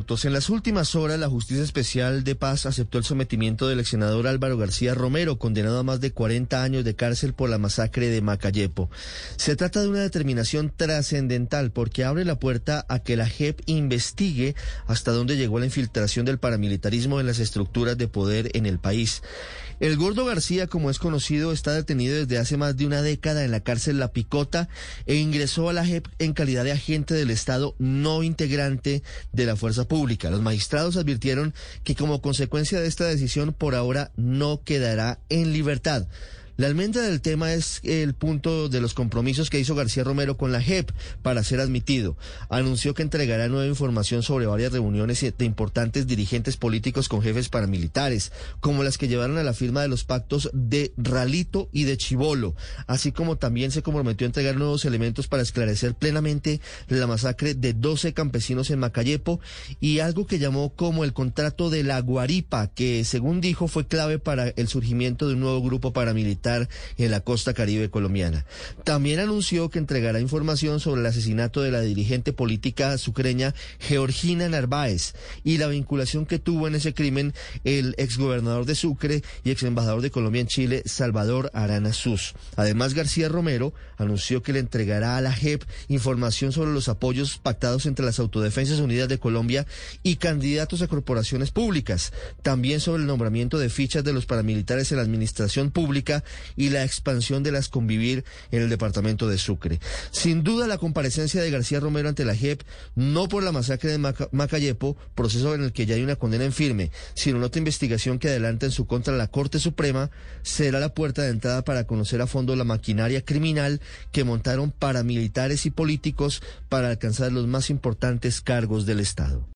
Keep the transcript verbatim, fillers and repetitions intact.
En las últimas horas, la Justicia Especial de Paz aceptó el sometimiento del ex senador Álvaro García Romero, condenado a más de cuarenta años de cárcel por la masacre de Macayepo. Se trata de una determinación trascendental porque abre la puerta a que la J E P investigue hasta dónde llegó la infiltración del paramilitarismo en las estructuras de poder en el país. El Gordo García, como es conocido, está detenido desde hace más de una década en la cárcel La Picota e ingresó a la J E P en calidad de agente del Estado no integrante de la fuerza pública. Los magistrados advirtieron que como consecuencia de esta decisión, por ahora no quedará en libertad. La almendra del tema es el punto de los compromisos que hizo García Romero con la J E P para ser admitido. Anunció que entregará nueva información sobre varias reuniones de importantes dirigentes políticos con jefes paramilitares, como las que llevaron a la firma de los pactos de Ralito y de Chibolo, así como también se comprometió a entregar nuevos elementos para esclarecer plenamente la masacre de doce campesinos en Macayepo y algo que llamó como el contrato de la Guaripa, que según dijo fue clave para el surgimiento de un nuevo grupo paramilitar en la costa caribe colombiana. También anunció que entregará información sobre el asesinato de la dirigente política sucreña Georgina Narváez y la vinculación que tuvo en ese crimen el exgobernador de Sucre y ex embajador de Colombia en Chile, Salvador Arana Sus. Además, García Romero anunció que le entregará a la J E P información sobre los apoyos pactados entre las Autodefensas Unidas de Colombia y candidatos a corporaciones públicas. También sobre el nombramiento de fichas de los paramilitares en la administración pública y la expansión de las Convivir en el departamento de Sucre. Sin duda, la comparecencia de García Romero ante la J E P, no por la masacre de Maca- Macayepo, proceso en el que ya hay una condena en firme, sino en otra investigación que adelanta en su contra la Corte Suprema, será la puerta de entrada para conocer a fondo la maquinaria criminal que montaron paramilitares y políticos para alcanzar los más importantes cargos del Estado.